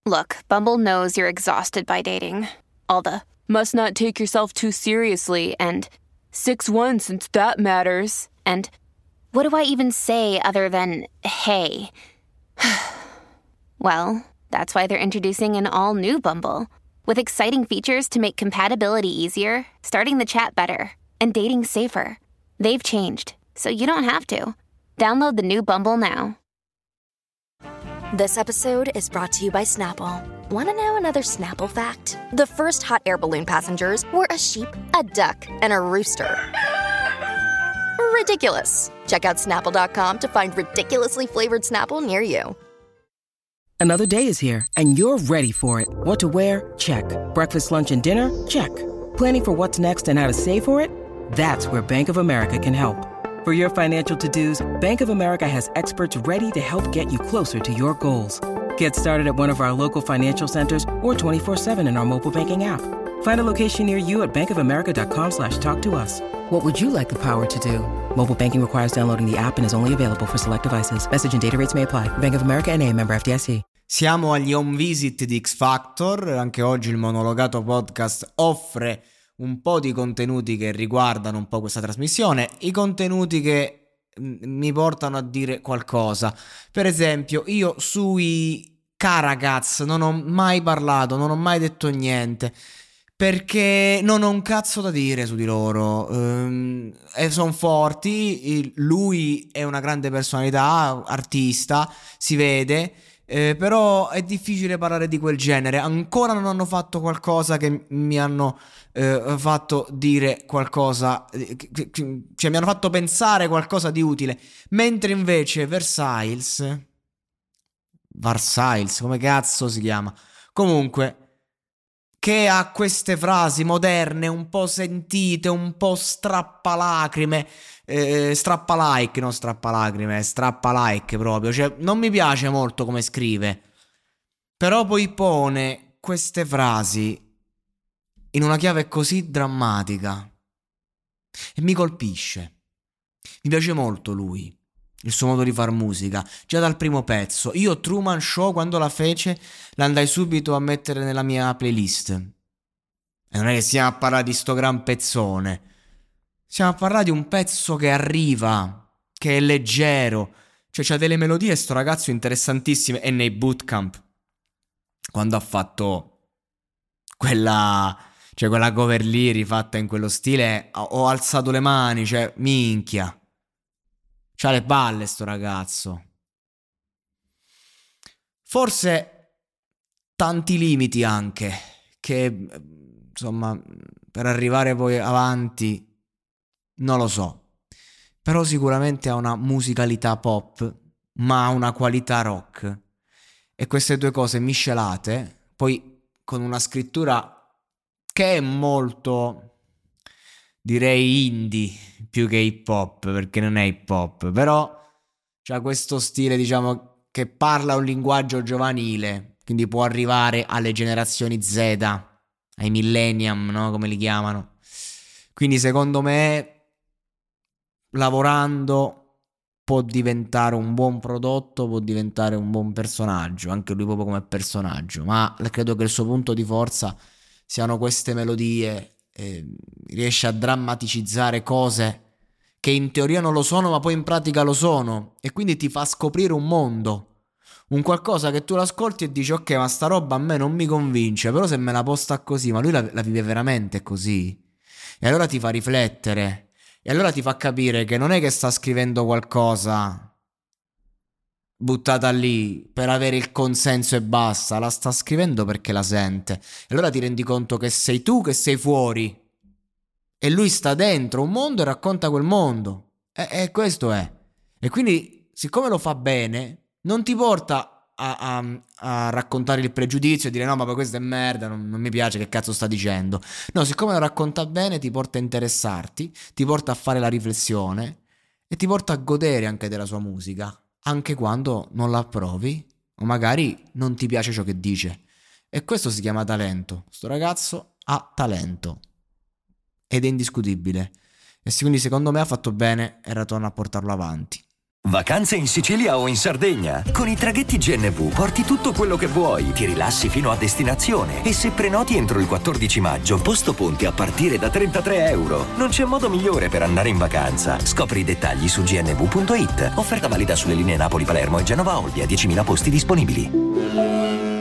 Look, Bumble knows you're exhausted by dating. All the must not take yourself too seriously and 6'1" since that matters. And what do I even say other than hey? Well, that's why they're introducing an all-new Bumble with exciting features to make compatibility easier, starting the chat better, and dating safer. They've changed, so you don't have to. Download the new Bumble now. This episode is brought to you by Snapple. Want to know another Snapple fact? The first hot air balloon passengers were a sheep, a duck, and a rooster. Ridiculous. Check out Snapple.com to find ridiculously flavored Snapple near you. Another day is here, and you're ready for it. What to wear? Check. Breakfast, lunch, and dinner? Check. Planning for what's next and how to save for it? That's where Bank of America can help. For your financial to-dos, Bank of America has experts ready to help get you closer to your goals. Get started at one of our local financial centers or 24/7 in our mobile banking app. Find a location near you at bankofamerica.com/talktous. What would you like the power to do? Mobile banking requires downloading the app and is only available for select devices. Message and data rates may apply. Bank of America N.A., member FDIC. Siamo agli home visit di X Factor. Anche oggi il Monologato Podcast offre un po' di contenuti che riguardano un po' questa trasmissione, i contenuti che mi portano a dire qualcosa. Per esempio, io sui Caragaz non ho mai parlato, non ho mai detto niente, perché non ho un cazzo da dire su di loro. Sono forti, lui è una grande personalità, artista, si vede. Però è difficile parlare di quel genere. Ancora non hanno fatto qualcosa che mi hanno fatto dire qualcosa, cioè mi hanno fatto pensare qualcosa di utile. Mentre invece Versailles, come cazzo si chiama? Comunque, che ha queste frasi moderne, un po' sentite, un po' strappalacrime, strappalike, non strappalacrime, strappalike proprio. Cioè, non mi piace molto come scrive, però poi pone queste frasi in una chiave così drammatica e mi colpisce. Mi piace molto lui, il suo modo di far musica, già dal primo pezzo. Io Truman Show, quando la fece, l'andai subito a mettere nella mia playlist. E non è che stiamo a parlare di sto gran pezzone, stiamo a parlare di un pezzo che arriva, che è leggero, cioè c'ha delle melodie sto ragazzo interessantissime. E nei bootcamp, quando ha fatto quella cover lì rifatta in quello stile, ho alzato le mani, cioè minchia, c'ha le palle sto ragazzo. Forse tanti limiti anche, che insomma per arrivare poi avanti non lo so, però sicuramente ha una musicalità pop ma ha una qualità rock, e queste due cose miscelate poi con una scrittura che è molto, direi, indie più che hip hop, perché non è hip hop, però c'ha questo stile, diciamo, che parla un linguaggio giovanile, quindi può arrivare alle generazioni Z, ai millennium, no? Come li chiamano. Quindi secondo me, lavorando, può diventare un buon prodotto, può diventare un buon personaggio, anche lui proprio come personaggio, ma credo che il suo punto di forza siano queste melodie, riesce a drammaticizzare cose che in teoria non lo sono ma poi in pratica lo sono, e quindi ti fa scoprire un mondo, un qualcosa che tu l'ascolti e dici ok, ma sta roba a me non mi convince, però se me la posta così, ma lui la vive veramente così, e allora ti fa riflettere, e allora ti fa capire che non è che sta scrivendo qualcosa buttata lì per avere il consenso e basta, la sta scrivendo perché la sente, e allora ti rendi conto che sei tu che sei fuori e lui sta dentro un mondo e racconta quel mondo, e questo è. E quindi, siccome lo fa bene, non ti porta a raccontare il pregiudizio e dire no, ma poi questo è merda, non mi piace, che cazzo sta dicendo. No, siccome lo racconta bene, ti porta a interessarti, ti porta a fare la riflessione e ti porta a godere anche della sua musica, anche quando non la approvi o magari non ti piace ciò che dice. E questo si chiama talento. Sto ragazzo ha talento ed è indiscutibile, e quindi secondo me ha fatto bene e ritorna a portarlo avanti. Vacanze in Sicilia o in Sardegna? Con i traghetti GNV porti tutto quello che vuoi, ti rilassi fino a destinazione e se prenoti entro il 14 maggio, posto ponti a partire da €33. Non c'è modo migliore per andare in vacanza. Scopri i dettagli su gnv.it. Offerta valida sulle linee Napoli-Palermo e Genova-Olbia, 10.000 posti disponibili.